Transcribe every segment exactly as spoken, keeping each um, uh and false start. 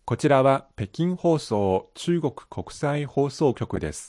こちらは北京放送中国国際放送局です。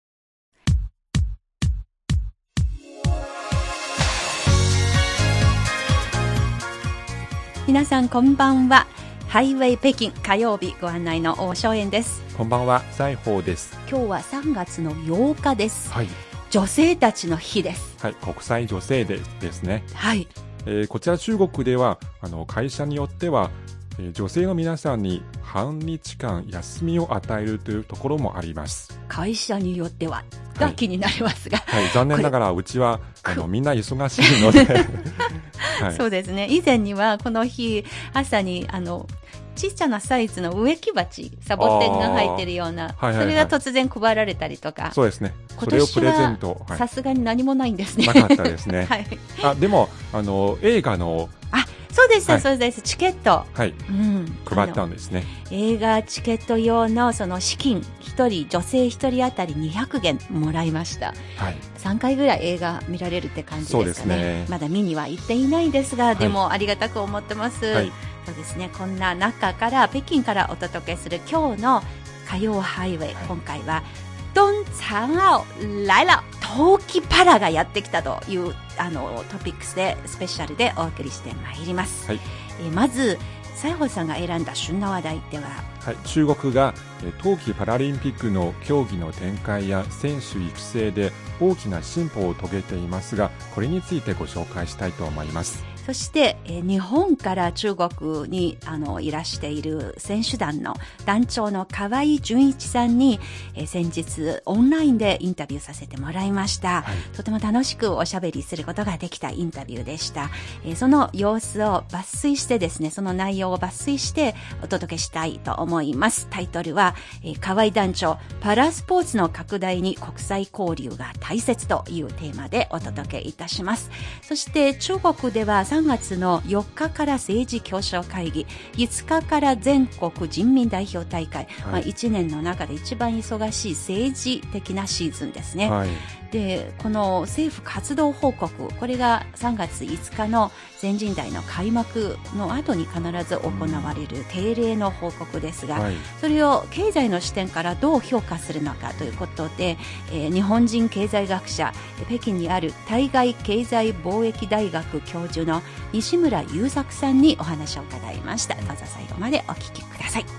皆さんこんばんは。ハイウェイ北京火曜日ご案内の大正円です。 こんばんは、財宝です。 今日はさんがつのようかです。 はい、 女性たちの日です。 はい、国際女性デーですね。 はい、 えー、こちら中国ではあの会社によっては、えー、女性の皆さんに半日間休みを与えるというところもあります。 会社によってはが気になりますが、 はいはい、残念ながらうちはあのみんな忙しいので、 はい、そうですね。以前にはこの日朝にあの小さなサイズの植木鉢、サボテンが入っているような、はいはいはい、それが突然配られたりとか。 そうですね。それをプレゼント。 さすがに何もないんですね。 なかったですね。 はい、 あでもあの映画のあそうです、 はい、 そうです。チケット、 はい、うん、配ったんですね。 映画チケット用のその資金、一人女性一人当たりにひゃくげんもらいました。はい、さんかいぐらい映画見られるって感じですかね。そうですね。まだ見には行っていないですが、でもありがたく思ってます。はい、そうですね。こんな中から北京からお届けする今日の火曜ハイウェイ、はい、今回は冬残奥来了、冬季パラがやってきたというあのトピックスでスペシャルでお送りしてまいります。はい、えまず西郷さんが選んだ旬な話題では、 はい、中国が冬季パラリンピックの競技の展開や選手育成で大きな進歩を遂げていますが、これについてご紹介したいと思います。 そして、えー、日本から中国にあのいらしている選手団の団長の河合純一さんに、えー、先日オンラインでインタビューさせてもらいました。はい、とても楽しくおしゃべりすることができたインタビューでした。えー、その様子を抜粋してですね、その内容を抜粋してお届けしたいと思います。タイトルは、えー、河合団長、パラスポーツの拡大に国際交流が大切というテーマでお届けいたします。そして中国ではさんがつのよっかから政治協商会議、いつかから全国人民代表大会、はい、まあ、いちねんの中で一番忙しい政治的なシーズンですね。はい、でこの政府活動報告、これがさんがついつかの全人代の開幕の後に必ず行われる定例の報告ですが、はい、それを経済の視点からどう評価するのかということで、えー、日本人経済学者、北京にある対外経済貿易大学教授の西村優作さんにお話を伺いました。どうぞ最後までお聞きください。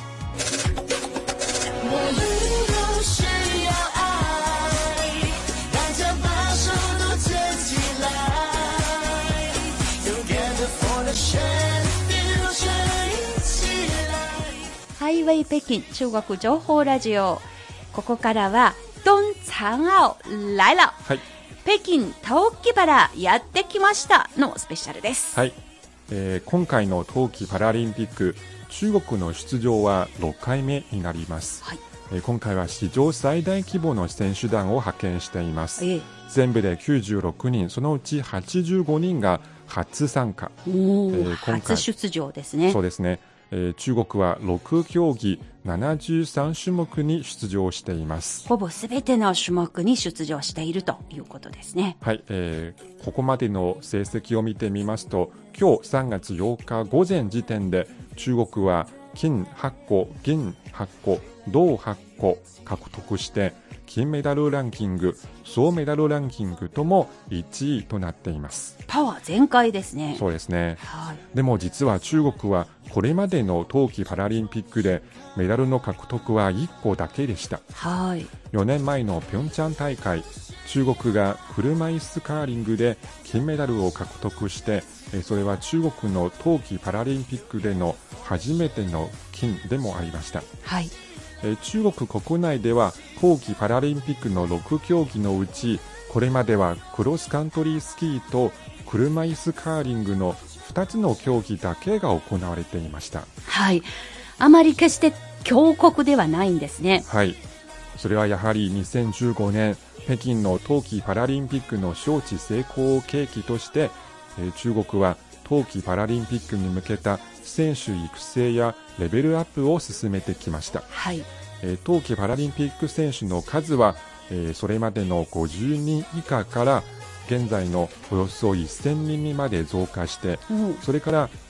ハイウェイ北京中国情報ラジオ、ここからは冬残奥来了、はい、北京冬季パラやってきましたのスペシャルです。 はい、えー、今回の冬季パラリンピック、中国の出場はろっかいめになります。はい、えー、今回は史上最大規模の選手団を派遣しています。えー、全部できゅうじゅうろくにん、そのうちはちじゅうごにんが初参加。 おー、えー、今回初出場ですね。 そうですね。えー、中国はろくきょうぎななじゅうさんしゅもくに出場しています。 ほぼすべての種目に出場しているということですね。 はい、えー、ここまでの成績を見てみますと、今日さんがつようか午前時点で中国は金はっこ、銀はっこ、銅はっこ獲得して金メダルランキング、総メダルランキングともいちいとなっています。 パワー全開ですね。 そうですね。はい、でも実は中国はこれまでの冬季パラリンピックでメダルの獲得はいっこだけでした。はい、よねんまえのピョンチャン大会、中国が車椅子カーリングで金メダルを獲得して、それは中国の冬季パラリンピックでの初めての金でもありました。はい、中国国内では冬季パラリンピックのろくきょうぎのうち、これまではクロスカントリースキーと車椅子カーリングのふたつの競技だけが行われていました。 はい、あまり決して強国ではないんですね。 はい、それはやはりにせんじゅうごねん北京の冬季パラリンピックの招致成功を契機として、えー、中国は冬季パラリンピックに向けた選手育成やレベルアップを進めてきました。はい、えー、冬季パラリンピック選手の数は、えー、それまでのごじゅうにん以下から現在のおよそせんにんにまで増加して、うん、それから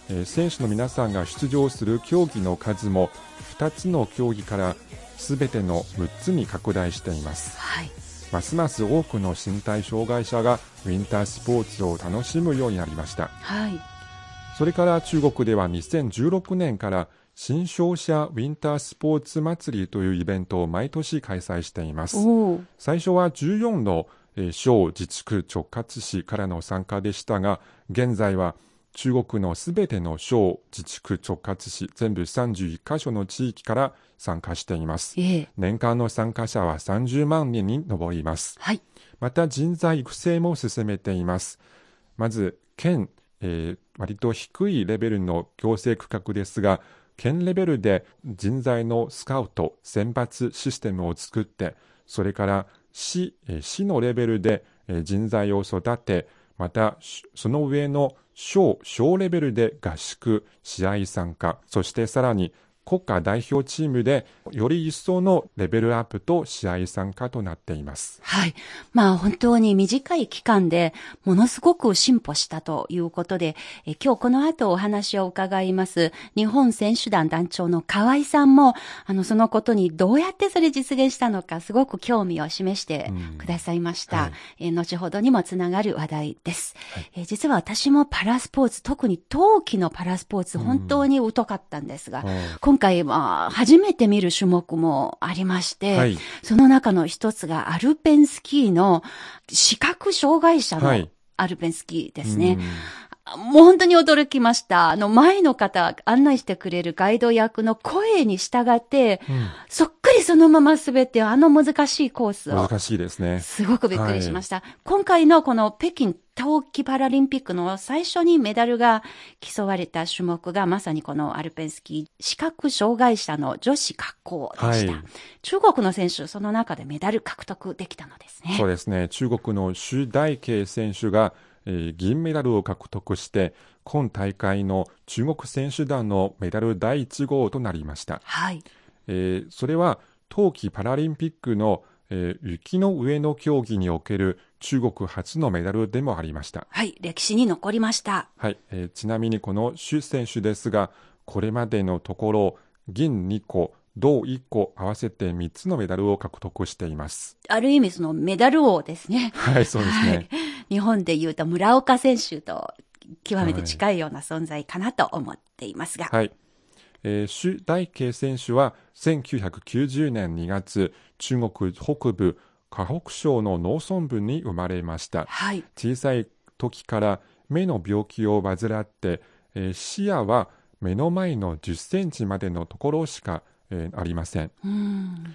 えー、選手の皆さんが出場する競技の数もふたつの競技からすべてのむっつに拡大しています、はい、ますます多くの身体障害者がウィンタースポーツを楽しむようになりました、はい、それから中国ではにせんじゅうろくねんから新商社ウィンタースポーツ祭りというイベントを毎年開催しています。最初はじゅうよんの省自治区直轄市からの参加でしたが、現在は中国のすべての省自治区直轄市全部さんじゅういっかしょの地域から参加しています、えー、年間の参加者はさんじゅうまんにんに上ります、はい、また人材育成も進めています。まず県、えー、割と低いレベルの行政区画ですが、県レベルで人材のスカウト選抜システムを作って、それから市、えー、市のレベルで、えー、人材を育て、またその上の小、小レベルで合宿、試合参加、そしてさらに国家代表チームでより一層のレベルアップと試合参加となっています。 はい。まあ本当に短い期間でものすごく進歩したということで、え今日この後お話を伺います日本選手団団長の河合さんも、あのそのことにどうやってそれ実現したのかすごく興味を示してくださいました。はい、え後ほどにもつながる話題です、はい、え実は私もパラスポーツ、特に冬季のパラスポーツ本当に疎かったんですが、今回は初めて見る種目もありまして、はい、その中の一つがアルペンスキーの視覚障害者のアルペンスキーですね。はい、もう本当に驚きました。あの前の方、案内してくれるガイド役の声に従って、うん、そっくりそのまま滑ってあの難しいコースを。 難しいですね。 すごくびっくりしました。はい、今回のこの北京冬季パラリンピックの最初にメダルが競われた種目がまさにこのアルペンスキー視覚障害者の女子滑降でした、はい、中国の選手その中でメダル獲得できたのですね。 そうですね。中国の朱大慶選手が、えー、銀メダルを獲得して今大会の中国選手団のメダルだいいち号となりました、はいえー、それは冬季パラリンピックのえー、雪の上の競技における中国初のメダルでもありました。 はい、歴史に残りました。 はい、えー、ちなみにこの朱選手ですが、これまでのところ銀にこ、銅いっこ合わせてみっつのメダルを獲得しています。 ある意味そのメダル王ですね。 はい、そうですね。はい、 日本でいうと村岡選手と極めて近いような存在かなと思っていますが。 はい。えー、朱大慶選手はせんきゅうひゃくきゅうじゅうねんにがつ、中国北部河北省の農村部に生まれました、はい、小さい時から目の病気を患って、えー、視野は目の前のじゅっセンチまでのところしか、えー、ありません。うん、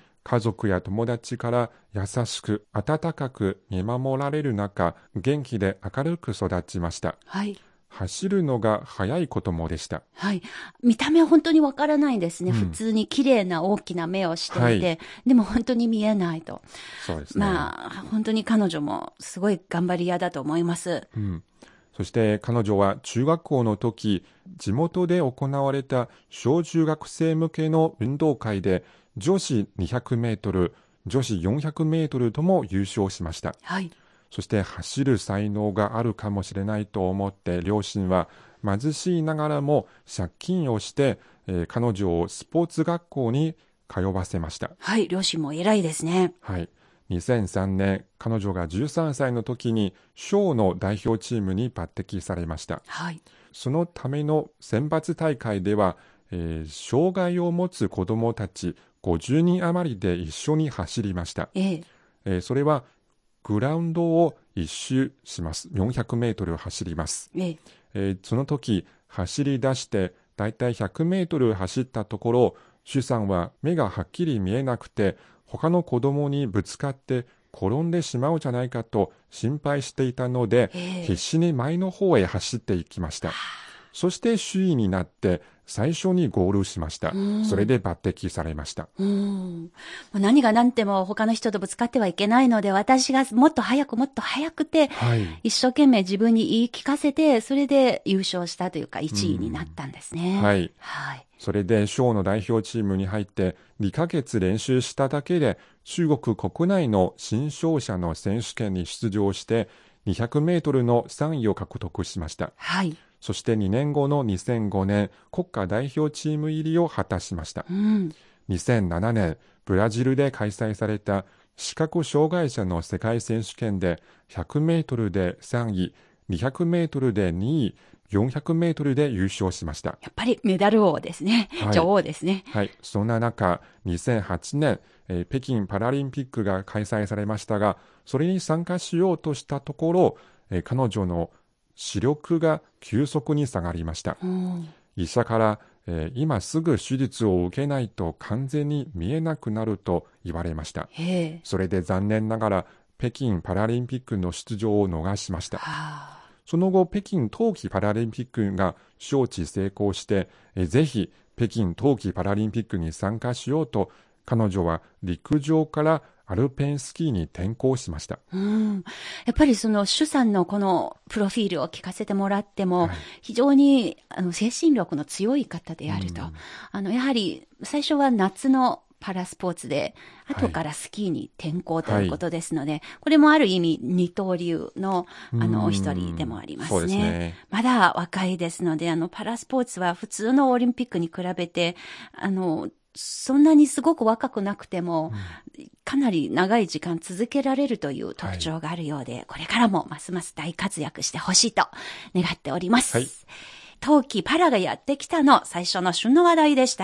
家族や友達から優しく温かく見守られる中、元気で明るく育ちました。はい、走るのが早いこともでした。 はい。見た目は本当にわからないんですね。うん、普通に綺麗な大きな目をしていて、はい、でも本当に見えないと。 そうですね。 まあ、本当に彼女もすごい頑張り屋だと思います。 うん。そして彼女は中学校の時、地元で行われた小中学生向けの運動会で女子にひゃくメートル、女子よんひゃくメートルとも優勝しました。はい。そして走る才能があるかもしれないと思って両親は貧しいながらも借金をして、えー、彼女をスポーツ学校に通わせました。 はい、両親も偉いですね。 はい、にせんさんねん彼女がじゅうさんさいの時に省の代表チームに抜擢されました。はい、そのための選抜大会では、えー、障害を持つ子どもたちごじゅうにん余りで一緒に走りました。えーえー、それはグラウンドを一周します。よんひゃくメートル走ります。ええー、その時走り出してだいたいひゃくメートル走ったところ、朱さんは目がはっきり見えなくて他の子供にぶつかって転んでしまうじゃないかと心配していたので、必死に前の方へ走っていきました。そして首位になって最初にゴールしました。それで抜擢されました。 うん、何が何でも他の人とぶつかってはいけないので、私がもっと早くもっと早くて、はい、一生懸命自分に言い聞かせて、それで優勝したというかいちいになったんですね。 はい、はい、それで省の代表チームに入ってにかげつ練習しただけで中国国内の新商社の選手権に出場してにひゃくメートルのさんいを獲得しました。はい、 そしてにねんごのにせんごねん国家代表チーム入りを果たしました。うん、にせんななねんブラジルで開催された視覚障害者の世界選手権でひゃくメートルでさんい、にひゃくメートルでにい、よんひゃくメートルで優勝しました。 やっぱりメダル王ですね。はい、女王ですね。 はい。そんな中、にせんはちねん、えー、北京パラリンピックが開催されましたが、それに参加しようとしたところ、えー、彼女の視力が急速に下がりました。うん、医者から、えー、今すぐ手術を受けないと完全に見えなくなると言われました。それで残念ながら北京パラリンピックの出場を逃しました。はあ、その後、北京冬季パラリンピックが招致成功して、えぜひ北京冬季パラリンピックに参加しようと、彼女は陸上からアルペンスキーに転向しました。 うん、やっぱりその主さんのこのプロフィールを聞かせてもらっても、はい、非常にあの精神力の強い方であると、うん、あのやはり最初は夏のパラスポーツで、後からスキーに転向ということですので、はい、これもある意味二刀流の、あの、一人でもありますね。そうですね。まだ若いですので、あの、パラスポーツは普通のオリンピックに比べて、あの、そんなにすごく若くなくても、うん、かなり長い時間続けられるという特徴があるようで、はい、これからもますます大活躍してほしいと願っております。はい、冬季パラがやってきたの最初の旬の話題でした。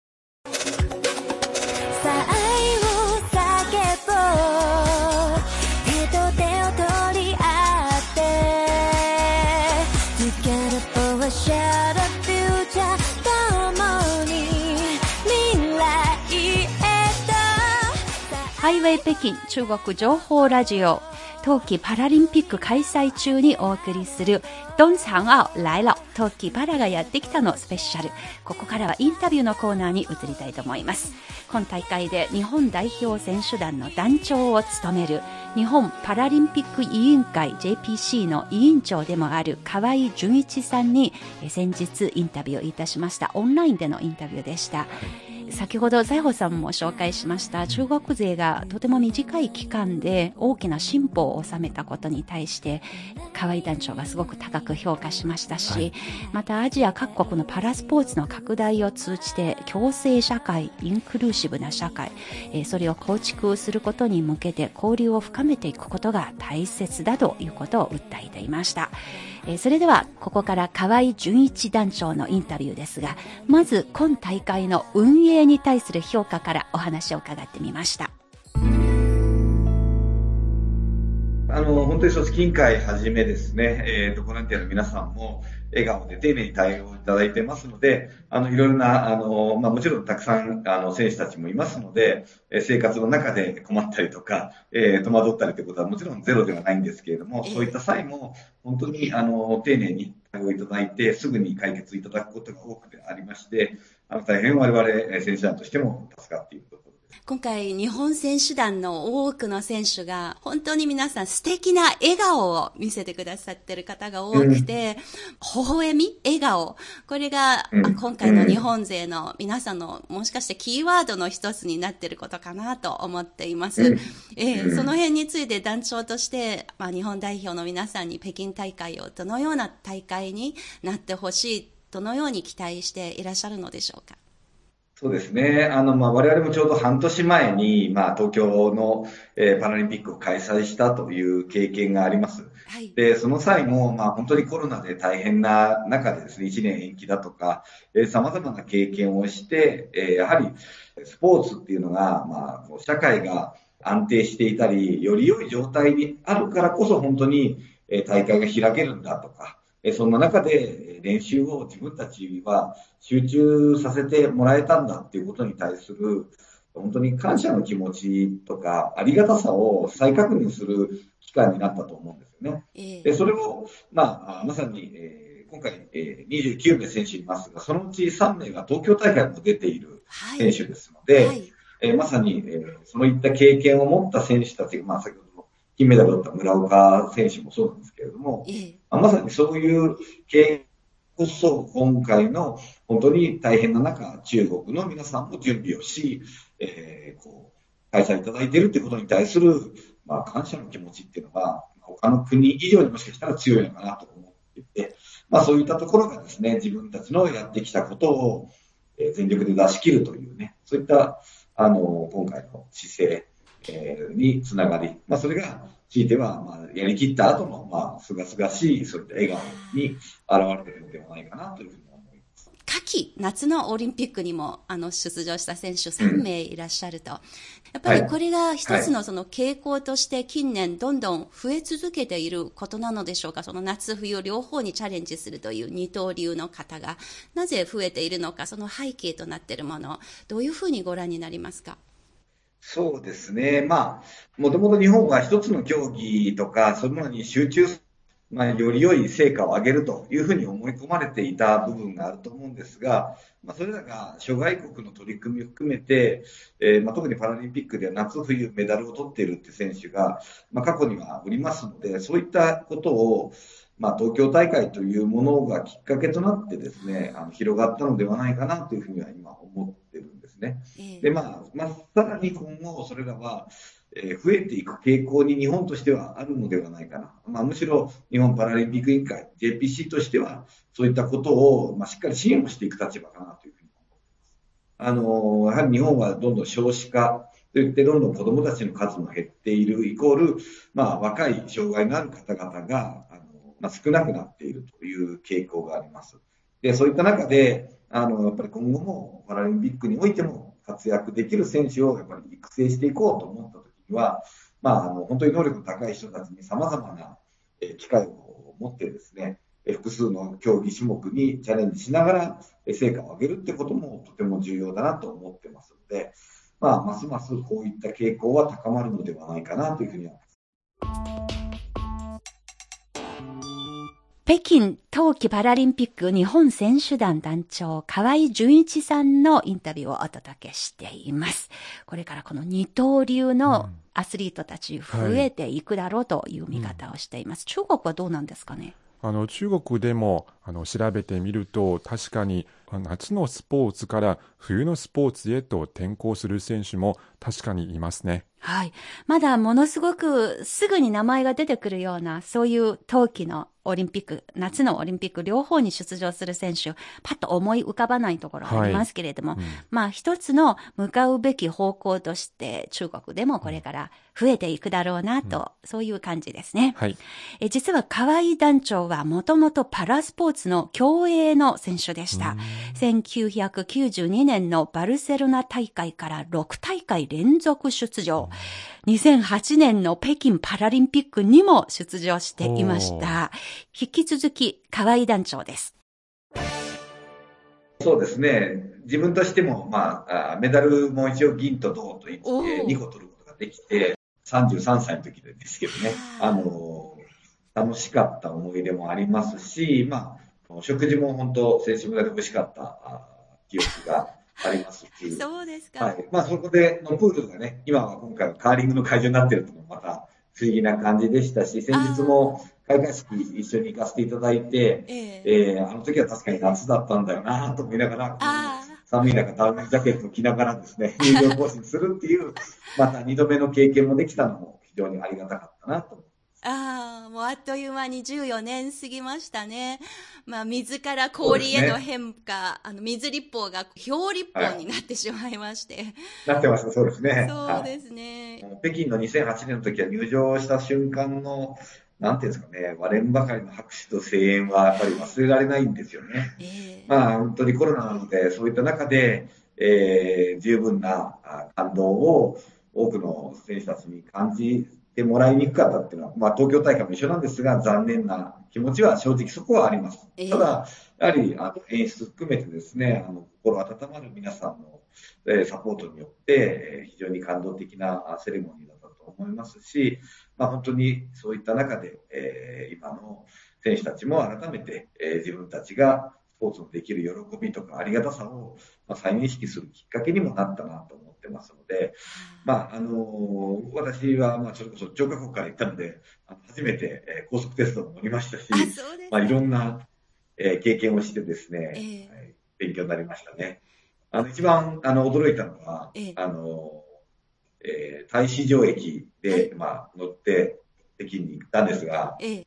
ハイウェイ北京中国情報ラジオ、冬季パラリンピック開催中にお送りする冬残奥来了、冬季パラがやってきたのスペシャル。ここからはインタビューのコーナーに移りたいと思います。今大会で日本代表選手団の団長を務める日本パラリンピック委員会 ジェーピーシー の委員長でもある河合純一さんに先日インタビューをいたしました。オンラインでのインタビューでした。先ほど財宝さんも紹介しました中国勢がとても短い期間で大きな進歩を収めたことに対して河合団長がすごく高く評価しましたし、はい、またアジア各国のパラスポーツの拡大を通じて共生社会、インクルーシブな社会、えー、それを構築することに向けて交流を深めていくことが大切だということを訴えていました。えー、それではここから河合純一団長のインタビューですが、まず今大会の運営に対する評価からお話を伺ってみました。 あの本当に組織委員会はじめですね、えーと、ボランティアの皆さんも笑顔で丁寧に対応いただいてますので、あのいろいろなあの、まあ、もちろんたくさんあの選手たちもいますので、えー、生活の中で困ったりとか、えー、戸惑ったりということはもちろんゼロではないんですけれども、そういった際も本当にあの丁寧に対応いただいてすぐに解決いただくことが多くありまして、あの大変我々選手団としても助かっているところです。 今回日本選手団の多くの選手が本当に皆さん素敵な笑顔を見せてくださっている方が多くて、うん、微笑み、笑顔、これが、うん、今回の日本勢の皆さんのもしかしてキーワードの一つになっていることかなと思っています。うん、えー、その辺について団長として、まあ、日本代表の皆さんに北京大会をどのような大会になってほしい、どのように期待していらっしゃるのでしょうか。 そうですね。あの、まあ、我々もちょうど半年前に、まあ、東京の、えー、パラリンピックを開催したという経験があります。はい、で、その際も、まあ、本当にコロナで大変な中でですね、いちねん延期だとか、えー、様々な経験をして、えー、やはり、スポーツっていうのが、まあ、社会が安定していたり、より良い状態にあるからこそ、本当に、えー、大会が開けるんだとか、そんな中で練習を自分たちは集中させてもらえたんだっていうことに対する本当に感謝の気持ちとかありがたさを再確認する期間になったと思うんですよね。で、それを、まあ、まさに、えー、今回、えー、にじゅうきゅうめい選手いますが、そのうちさんめいが東京大会も出ている選手ですので、はいはい、えー、まさに、えー、そういった経験を持った選手たちが、まあ、先ほど金メダルだった村岡選手もそうなんですけれども、ええ、まさにそういう経験こそ今回の本当に大変な中、中国の皆さんも準備をし、えー、こう開催いただいているということに対する、まあ、感謝の気持ちっていうのが他の国以上にもしかしたら強いのかなと思っていて、 まあそういったところがですね、自分たちのやってきたことを、えー、全力で出し切るというね、そういった、あの、今回の姿勢、えー、につながり、まあそれが、強いては、まあ、やりきった後の、まあ、すがすがしい、そういった笑顔に現れているのではないかなというふうに思います。 夏季、夏のオリンピックにも、あの、出場した選手さんめいいらっしゃると。やっぱりこれが一つのその傾向として近年どんどん増え続けていることなのでしょうか。その夏冬両方にチャレンジするという二刀流の方が、なぜ増えているのか、その背景となっているもの、どういうふうにご覧になりますか？ そうですね。まあ、もともと日本は一つの競技とか、そういうものに集中、まあ、より良い成果を上げるというふうに思い込まれていた部分があると思うんですが、まあ、それらが諸外国の取り組みを含めて、えーまあ、特にパラリンピックでは夏冬メダルを取っているって選手が、まあ、過去にはおりますので、そういったことを、まあ、東京大会というものがきっかけとなってですね、あの広がったのではないかなというふうには今思っているんですね。で、まあ、まあ、さらに今後それらは、えー、増えていく傾向に日本としてはあるのではないかな。まあ、むしろ日本パラリンピック委員会 ジェーピーシー としてはそういったことを、まあ、しっかり支援をしていく立場かなというふうに思います。あのやはり日本はどんどん少子化といってどんどん子どもたちの数も減っているイコール、まあ、若い障害のある方々があの、まあ、少なくなっているという傾向があります。で、そういった中であのやっぱり今後もパラリンピックにおいても活躍できる選手をやっぱり育成していこうと思ったときには、まあ、あの本当に能力の高い人たちに様々な機会を持ってですね、複数の競技種目にチャレンジしながら成果を上げるってこともとても重要だなと思ってますので、まあ、ますますこういった傾向は高まるのではないかなというふうに思います。 北京冬季パラリンピック日本選手団団長河合純一さんのインタビューをお届けしています。これからこの二刀流のアスリートたち増えていくだろうという見方をしています。はい、うん、中国はどうなんですかね？ あの中国でもあの調べてみると、確かに夏のスポーツから冬のスポーツへと転向する選手も確かにいますね。 はい。まだものすごくすぐに名前が出てくるような、そういう冬季のオリンピック、夏のオリンピック両方に出場する選手、パッと思い浮かばないところありますけれども、はい、うん、まあ一つの向かうべき方向として中国でもこれから増えていくだろうなと、うん、そういう感じですね。 はい、 え実は河合団長はもともとパラスポーツの競泳の選手でした。せんきゅうひゃくきゅうじゅうにねんのバルセロナ大会からろくたいかい連続出場。にせんはちねんの北京パラリンピックにも出場していました。引き続き河合団長です。 そうですね。自分としても、まあ、メダルも一応銀と銅とにこ取ることができて、さんじゅうさんさいの時ですけどね、あの、楽しかった思い出もありますし、まあ、食事も本当、選手村で美味しかった記憶がありますし。 そうですか。 はい。まあ、そこでのプールがね、今は今回はカーリングの会場になっているというのもまた不思議な感じでしたし、先日も開会式一緒に行かせていただいて、えーえー、あの時は確かに夏だったんだよなと思いながら、寒い中タオルジャケットを着ながらですね、入場行進するっていう、また二度目の経験もできたのも非常にありがたかったなと思います。 ああ、もうあっという間にじゅうよねん過ぎましたね。まあ、水から氷への変化、ね、あの、水立方が氷立方になってしまいまして。はい、 なってました、そうですね。 そうですね。 はい、北京のにせんはちねんの時は入場した瞬間の、なんていうんですかね、割れんばかりの拍手と声援はやっぱり忘れられないんですよね。えー、まあ、本当にコロナなので、そういった中で、えー、十分な感動を多くの選手たちに感じてもらいにくかったっていうのは、まあ、東京大会も一緒なんですが、残念な気持ちは正直そこはあります。えー、ただ、やはりあの演出含めてですね、あの心温まる皆さんの、えー、サポートによって、えー、非常に感動的なセレモニーだったと思いますし、まあ、本当にそういった中で、えー、今の選手たちも改めて、えー、自分たちがスポーツのできる喜びとかありがたさを、まあ、再認識するきっかけにもなったなと思ってますので、まあ、あのー、私は、まあ、それこそ張家口から行ったので、初めて、えー、高速鉄道も乗りましたし、まあ、いろんな、えー、経験をしてですね、えーはい、勉強になりましたね。あの、一番、あの、驚いたのは、えー、あの、えー、太子城駅で、はい、まあ、乗って北京に行ったんですが、えー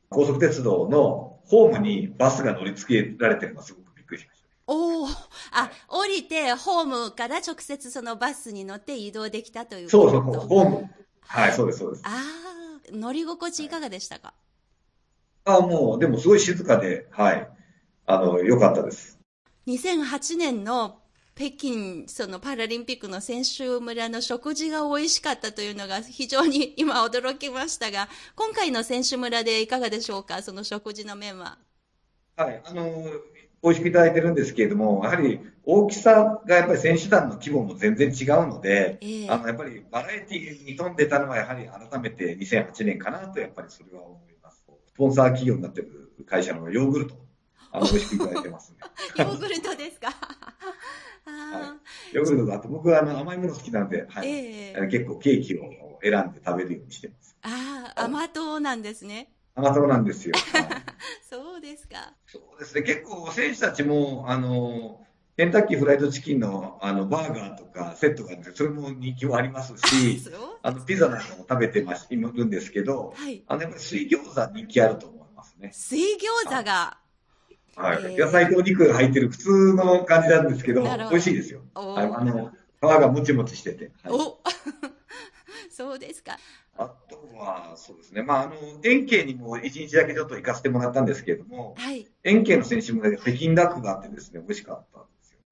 高速鉄道のホームにバスが乗り付けられてるのがすごくびっくりしました。 おお、あ、降りてホームから直接そのバスに乗って移動できたということ。 そうそう、ホーム。はい、そうです、そうです。 ああ、乗り心地いかがでしたか？ あ、もう、でもすごい静かで、はい。あの、良かったです。 にせんはちねんの北京、そのパラリンピックの選手村の食事が美味しかったというのが非常に今驚きましたが、今回の選手村でいかがでしょうか、その食事の面は。 はい、あの、美味しくいただいてるんですけれども、やはり大きさがやっぱり選手団の規模も全然違うので、えー、あの、やっぱりバラエティに富んでたのはやはり改めてにせんはちねんかなと、やっぱりそれは思います。スポンサー企業になってる会社のヨーグルト、あの、美味しくいただいてますね。 ヨーグルトですか？ はい、ヨーグルトだと僕はあの甘いもの好きなんで、はい、えー、結構ケーキを選んで食べるようにしてます。 ああ、甘党なんですね。 甘党なんですよ。はい、 そうですか。 そうですね。結構選手たちも、あの、ケンタッキーフライドチキンのあのバーガーとかセットがあるんで、それも人気もありますし、あのピザなんかも食べてますいるんですけど、はい、あのやっぱり水餃子人気あると思いますね。 水餃子が。 はい。野菜とお肉が入ってる普通の感じなんですけど、美味しいですよ。はい、あの、皮がもちもちしてて。はい、 おそうですか。 あとは、そうですね。まあ、あの、円形にも一日だけちょっと行かせてもらったんですけれども、はい、円形の選手村で北京ダックがあってですね、美味しかったんですよ。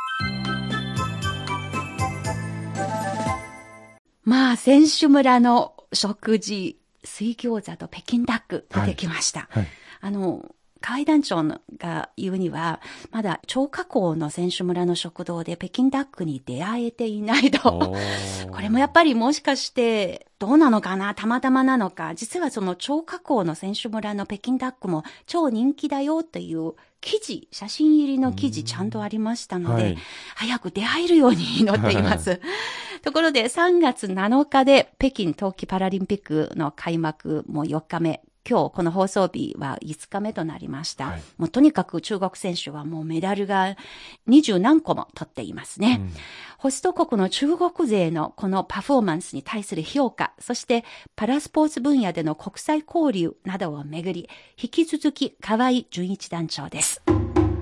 まあ、選手村の食事、水餃子と北京ダック出てきました。はいはい、あの、河合団長が言うには、まだ張家口の選手村の食堂で北京ダックに出会えていないと。これもやっぱりもしかしてどうなのかな、たまたまなのか。実はその張家口の選手村の北京ダックも超人気だよっていう記事、写真入りの記事ちゃんとありましたので、はい、早く出会えるように祈っています。ところでさんがつなのかで北京冬季パラリンピックの開幕もよっかめ。今日この放送日はいつかめとなりました。はい、もうとにかく中国選手はもうメダルがにじゅうなんこも取っていますね。うん、ホスト国の中国勢のこのパフォーマンスに対する評価、そしてパラスポーツ分野での国際交流などをめぐり、引き続き河合純一団長です。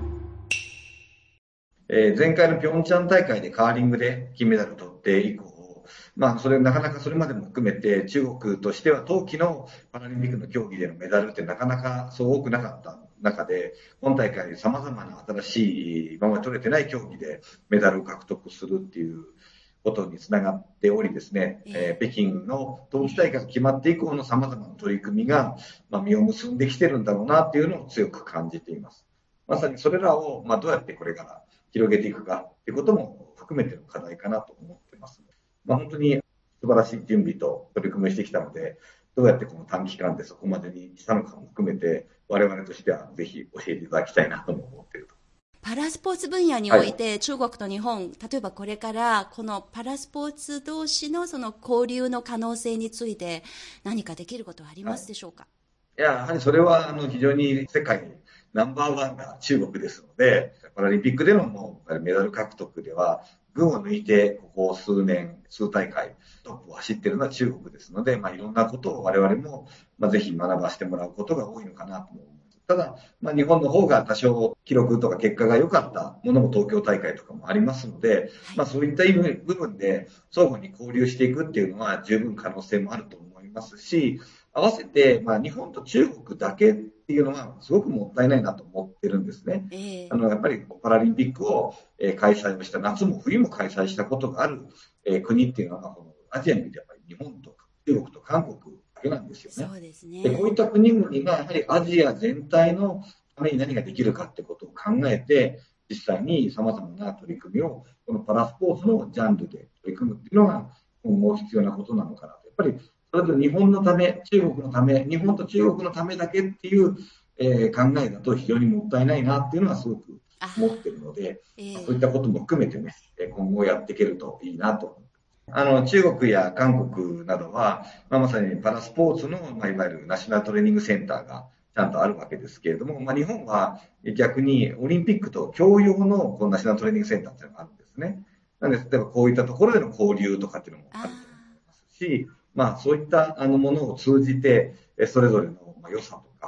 えー、前回のピョンチャン大会でカーリングで金メダルを取って以降、まあ、それ、なかなかそれまでも含めて、中国としては冬季のパラリンピックの競技でのメダルってなかなかそう多くなかった中で、今大会様々な新しい、今まで取れてない競技でメダルを獲得するっていうことにつながっておりですね、えー、北京の冬季大会が決まって以降の様々な取り組みが、まあ、実を結んできてるんだろうなっていうのを強く感じています。まさにそれらを、まあ、どうやってこれから広げていくかっていうことも含めての課題かなと思ってます。まあ、本当に素晴らしい準備と取り組みをしてきたので、どうやってこの短期間でそこまでにしたのかも含めて、我々としてはぜひ教えていただきたいなとも思っていると。 パラスポーツ分野において、はい、中国と日本、例えばこれからこのパラスポーツ同士のその交流の可能性について何かできることはありますでしょうか？ はい、いや、やはりそれはあの非常に世界ナンバーワンが中国ですので、パラリンピックでのもうメダル獲得では、群を抜いて、ここ数年、数大会、トップを走っているのは中国ですので、まあ、いろんなことを我々も、まあ、ぜひ学ばせてもらうことが多いのかなと思います。ただ、まあ、日本の方が多少記録とか結果が良かったものも東京大会とかもありますので、まあ、そういった部分で相互に交流していくっていうのは十分可能性もあると思いますし、合わせて、まあ、日本と中国だけっていうのはすごくもったいないなと思ってるんですね。えー、あのやっぱりパラリンピックを、えー、開催をした、夏も冬も開催したことがある、えー、国っていうのは、このアジアに見てやっぱり日本と中国と韓国だけなんですよね。 そうですね。 でこういった国々がやはりアジア全体のために何ができるかってことを考えて、実際に様々な取り組みをこのパラスポーツのジャンルで取り組むっていうのが今後必要なことなのかなと。やっぱりそれと日本のため、中国のため、日本と中国のためだけっていう、えー、考えだと非常にもったいないなっていうのはすごく思っているので、えー、そういったことも含めてね、今後やっていけるといいなと。あの、中国や韓国などは、まあ、まさにパラスポーツの、まあ、いわゆるナショナルトレーニングセンターがちゃんとあるわけですけれども、まあ、日本は逆にオリンピックと共用のこのナショナルトレーニングセンターっていうのがあるんですね。なので、例えばこういったところでの交流とかっていうのもあると思いますし、まあそういったあのものを通じて、それぞれの良さと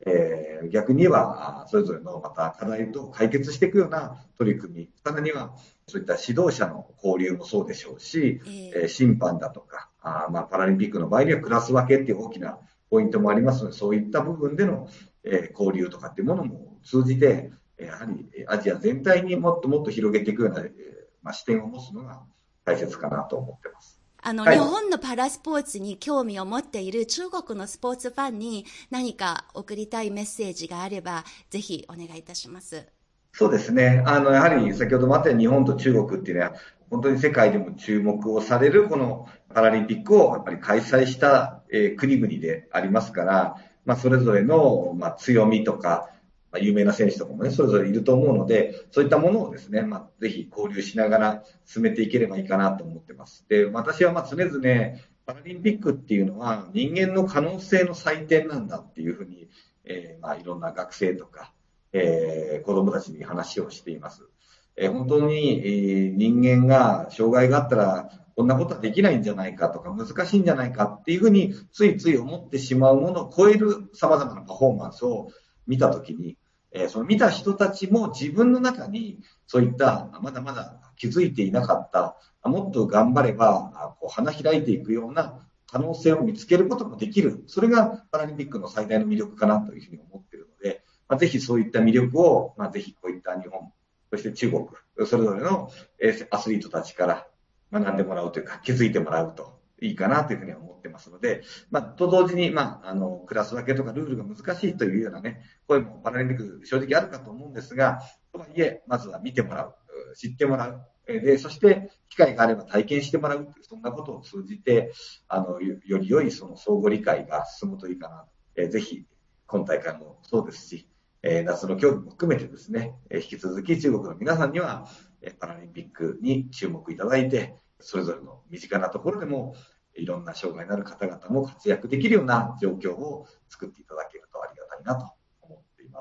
えー、逆に言えば、それぞれのまた課題と解決していくような取り組み、さらにはそういった指導者の交流もそうでしょうし、えー、審判だとか、あまあ、パラリンピックの場合にはクラス分けっていう大きなポイントもありますので、そういった部分での、えー、交流とかっていうものも通じて、やはりアジア全体にもっともっと広げていくような、えーまあ、視点を持つのが大切かなと思っています。 あの、はい、日本のパラスポーツに興味を持っている中国のスポーツファンに何か送りたいメッセージがあれば、ぜひお願いいたします。 そうですね。あの、やはり先ほどもあったように日本と中国っていうのは、本当に世界でも注目をされるこのパラリンピックをやっぱり開催した、えー、国々でありますから、まあ、それぞれの、まあ、強みとか、まあ、有名な選手とかもね、それぞれいると思うので、そういったものをですね、まあ、ぜひ交流しながら進めていければいいかなと思ってます。で、私はまあ常々、パラリンピックっていうのは人間の可能性の祭典なんだっていうふうに、えー、まあいろんな学生とか、えー、子供たちに話をしています。えー、本当に、えー、人間が障害があったらこんなことはできないんじゃないかとか難しいんじゃないかっていうふうについつい思ってしまうものを超える様々なパフォーマンスを見たときに、えー、その見た人たちも自分の中にそういったまだまだ気づいていなかったもっと頑張ればこう花開いていくような可能性を見つけることもできる。それがパラリンピックの最大の魅力かなというふうに思っているので、まあ、ぜひそういった魅力を、まあ、ぜひこういった日本、そして中国、それぞれのアスリートたちから学んでもらうというか気づいてもらうといいかなというふうに思ってますので、まあ、と同時に、まあ、あの、クラス分けとかルールが難しいというようなね、声もパラリンピック正直あるかと思うんですが、とはいえ、まずは見てもらう、知ってもらう、で、そして機会があれば体験してもらう、そんなことを通じて、あの、より良いその相互理解が進むといいかな。えー、ぜひ、今大会もそうですし、えー、夏の競技も含めてですね、えー、引き続き中国の皆さんには、えー、パラリンピックに注目いただいて、それぞれの身近なところでも、いろんな障害のある方々も活躍できるような状況を作っていただけるとありがたいなと思っています。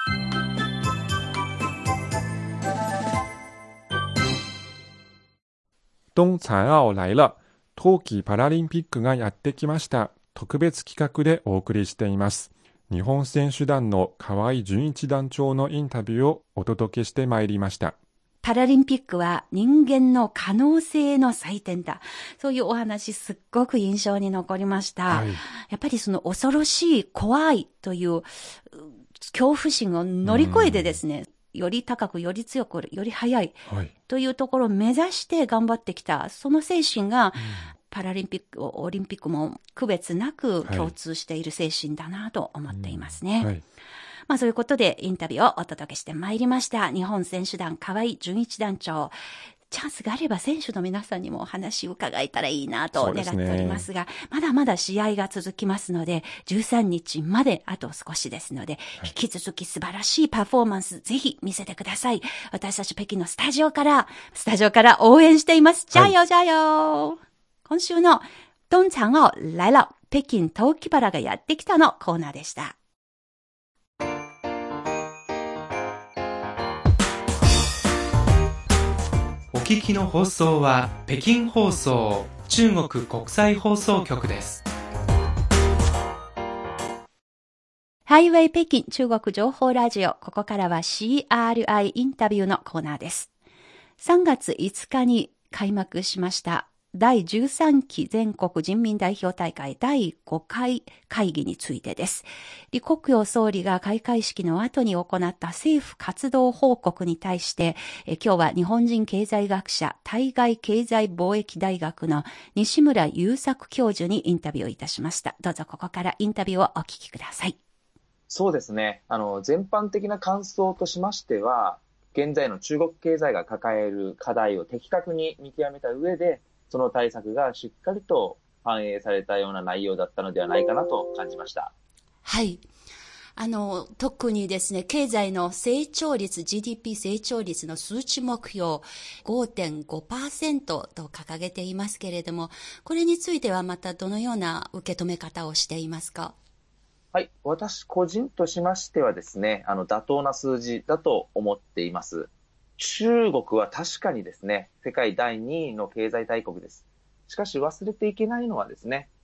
冬残奥来了。冬季パラリンピックがやってきました。特別企画でお送りしています。日本選手団の河合純一団長のインタビューをお届けしてまいりました。 パラリンピックは人間の可能性の祭典だ。そういうお話すっごく印象に残りました。はい、やっぱりその恐ろしい怖いという恐怖心を乗り越えてですね、より高くより強くより速いというところを目指して頑張ってきた、その精神が、うん、パラリンピック、オリンピックも区別なく共通している精神だなと思っていますね。はいうんはいまあそういうことでインタビューをお届けしてまいりました。日本選手団河合純一団長。チャンスがあれば選手の皆さんにもお話を伺えたらいいなと願っておりますが、すね、まだまだ試合が続きますので、じゅうさんにちまであと少しですので、はい、引き続き素晴らしいパフォーマンスぜひ見せてください。私たち北京のスタジオから、スタジオから応援しています。加油加油、はい、今週の冬残奥来了、北京冬季パラがやってきたのコーナーでした。 お聞きの放送は北京放送中国国際放送局です。 ハイウェイ北京中国情報ラジオ、ここからは シーアールアイ インタビューのコーナーです。さんがついつかに開幕しましただいじゅうさんき全国人民代表大会だいごかい会議についてです。李克強総理が開会式の後に行った政府活動報告に対して、え今日は日本人経済学者対外経済貿易大学の西村優作教授にインタビューをいたしました。どうぞここからインタビューをお聞きください。 そうですね。あの、全般的な感想としましては、現在の中国経済が抱える課題を的確に見極めた上で、その対策がしっかりと反映されたような内容だったのではないかなと感じました。 はい。あの、特にですね、経済の成長率、ジーディーピー 成長率の数値目標 ごてんごパーセント と掲げていますけれども、これについてはまたどのような受け止め方をしていますか？ はい。私個人としましてはですね、あの、妥当な数字だと思っています。中国は確かにですね、世界だいにいの経済大国です。しかし忘れていけないのはですね、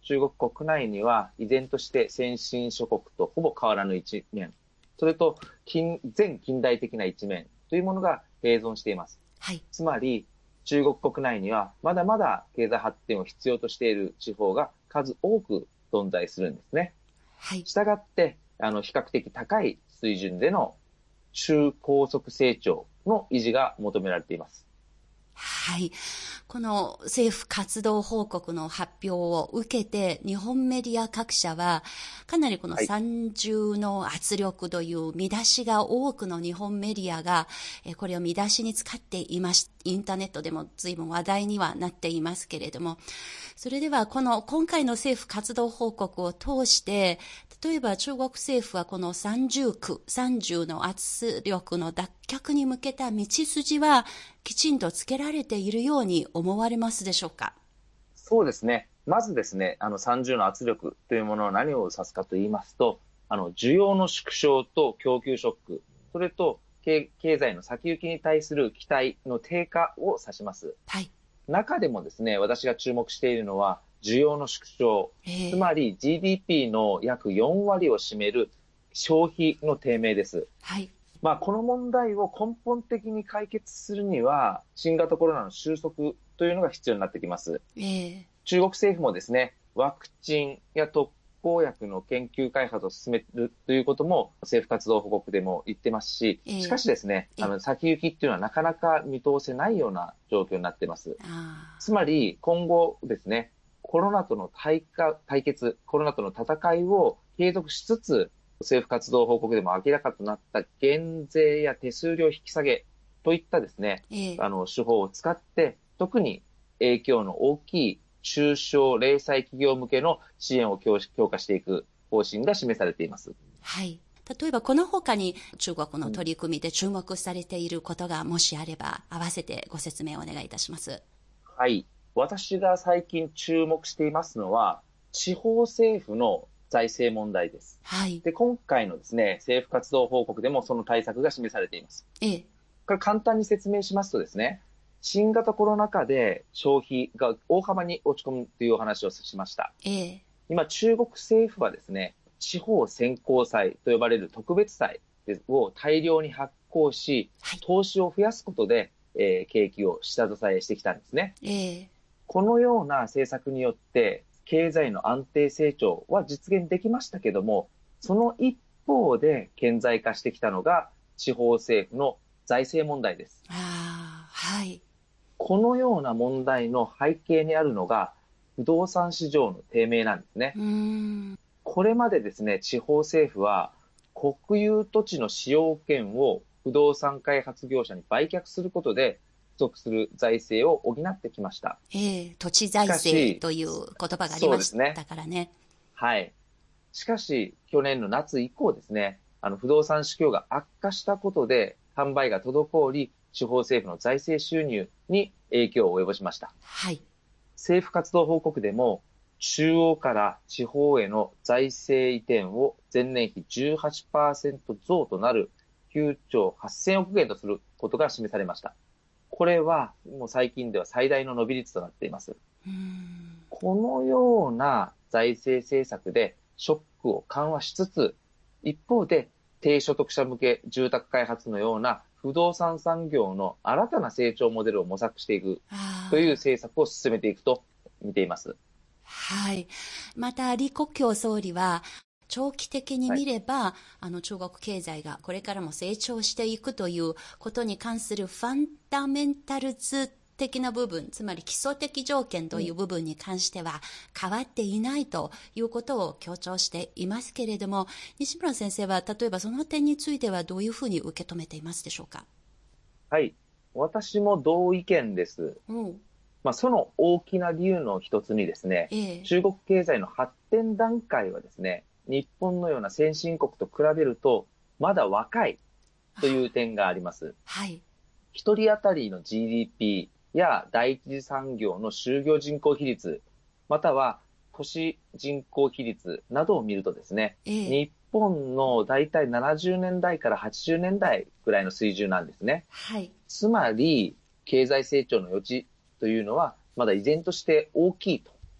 中国国内には依然として先進諸国とほぼ変わらぬ一面、それと近前近代的な一面というものが併存しています。 はい、 つまり中国国内にはまだまだ経済発展を必要としている地方が数多く存在するんですね。 はい、 したがってあの比較的高い水準での中高速成長の維持が求められています。 はい。この政府活動報告の発表を受けて、日本メディア各社は、かなりこの三重の圧力という見出しが多くの日本メディアが、これを見出しに使っていまし、インターネットでも随分話題にはなっていますけれども、それではこの今回の政府活動報告を通して、例えば中国政府はこの三重苦、三重の圧力の脱却に向けた道筋はきちんとつけられているように思われますでしょうか。 そうですね。まずですね、あの三重の圧力というものは何を指すかと言いますと、あの需要の縮小と供給ショック、それと経済の先行きに対する期待の低下を指します。 はい。 中でもですね、私が注目しているのは需要の縮小、つまり ジーディーピー の約よん割を占める消費の低迷です。 はい。 まあ、この問題を根本的に解決するには、新型コロナの収束というのが必要になってきます。 えー、 中国政府もですね、ワクチンや特効薬の研究開発を進めるということも政府活動報告でも言ってますし、しかしですね、あの先行きっていうのはなかなか見通せないような状況になっています。つまり今後ですね、コロナとの対か対決、コロナとの戦いを継続しつつ、政府活動報告でも明らかとなった減税や手数料引き下げといったですね、あの手法を使って特に影響の大きい中小零細企業向けの支援を強化していく方針が示されています。 はい。例えばこの他に中国の取り組みで注目されていることがもしあれば、合わせてご説明をお願いいたします。 はい。私が最近注目していますのは、地方政府の財政問題です。 はい。 で、今回のですね、政府活動報告でもその対策が示されています。 ええ。 これ簡単に説明しますとですね、新型コロナ禍で消費が大幅に落ち込むというお話をしました。 ええ、 今、中国政府はですね、地方先行債と呼ばれる特別債を大量に発行し、はい、投資を増やすことで、えー、景気を下支えしてきたんですね。 ええ、 このような政策によって、経済の安定成長は実現できましたけども、その一方で顕在化してきたのが地方政府の財政問題です。 あ、はい。 このような問題の背景にあるのが不動産市場の低迷なんですね。 うーん。 これまでですね、地方政府は国有土地の使用権を不動産開発業者に売却することで不足する財政を補ってきました。 ええ、土地財政という言葉がありましたからね。 はい。しかし、去年の夏以降ですね、あの不動産市況が悪化したことで販売が滞り、地方政府の財政収入に影響を及ぼしました。 はい。 政府活動報告でも、中央から地方への財政移転を前年比 じゅうはちパーセント 増となるきゅうちょうはっせんおくえんとすることが示されました。これはもう最近では最大の伸び率となっています。 うーん、 このような財政政策でショックを緩和しつつ、一方で低所得者向け住宅開発のような不動産産業の新たな成長モデルを模索していくという政策を進めていくと見ています。 はい。また、李克強総理は、長期的に見れば、はい、あの中国経済がこれからも成長していくということに関するファンダメンタルズ的な部分、つまり基礎的条件という部分に関しては変わっていないということを強調していますけれども、西村先生は例えばその点についてはどういうふうに受け止めていますでしょうか。 はい。私も同意見です。うん、まあ、その大きな理由の一つにですね、ええ、中国経済の発展段階はですね、日本のような先進国と比べるとまだ若いという点があります。 はい。 一人当たりの ジーディーピー や第一次産業の就業人口比率、または都市人口比率などを見るとですね、ええ、日本のだいたいななじゅうねんだいからはちじゅうねんだいぐらいの水準なんですね。 はい。 つまり経済成長の余地というのはまだ依然として大きいと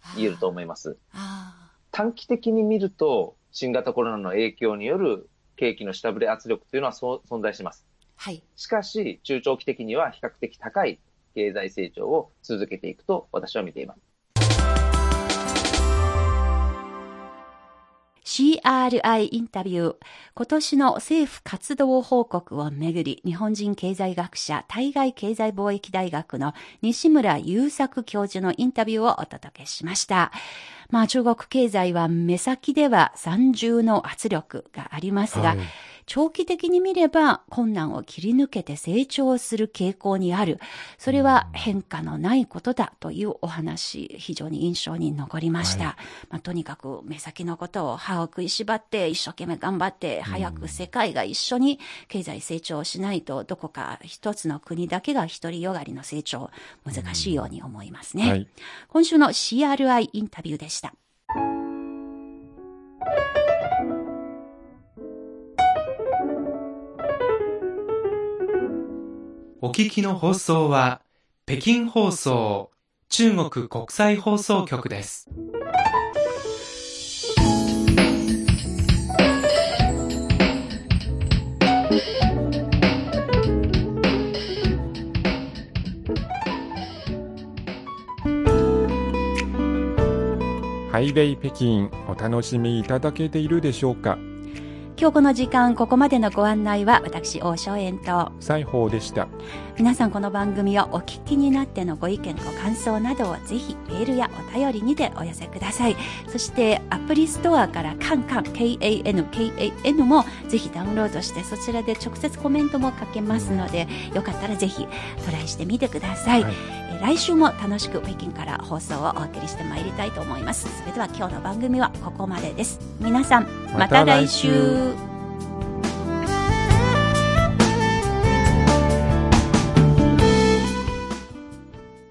言えると思います。短期的に見ると、新型コロナの影響による景気の下振れ圧力というのはそう存在します。はい。しかし、中長期的には比較的高い経済成長を続けていくと私は見ています。 シーアールアイ インタビュー。今年の政府活動報告をめぐり、日本人経済学者、対外経済貿易大学の西村優作教授のインタビューをお届けしました。まあ中国経済は目先では三重の圧力がありますが、はい、長期的に見れば困難を切り抜けて成長する傾向にある。それは変化のないことだというお話、非常に印象に残りました。はい、まあ、とにかく目先のことを歯を食いしばって一生懸命頑張って早く世界が一緒に経済成長しないとどこか一つの国だけが独りよがりの成長難しいように思いますね。はい、今週の シーアールアイ インタビューでした。 お聞きの放送は北京放送中国国際放送局です。 ハイウェイ北京、お楽しみいただけているでしょうか。 今日この時間、ここまでのご案内は私、王正円と西宝でした。 皆さんこの番組をお聞きになってのご意見、ご感想などをぜひメールやお便りにてお寄せください。そしてアプリストアからカンカン ケーエーエヌ ケーエーエヌ もぜひダウンロードして、そちらで直接コメントも書けますので、よかったらぜひトライしてみてください。はい、来週も楽しく北京から放送をお送りしてまいりたいと思います。それでは今日の番組はここまでです。皆さんまた来週。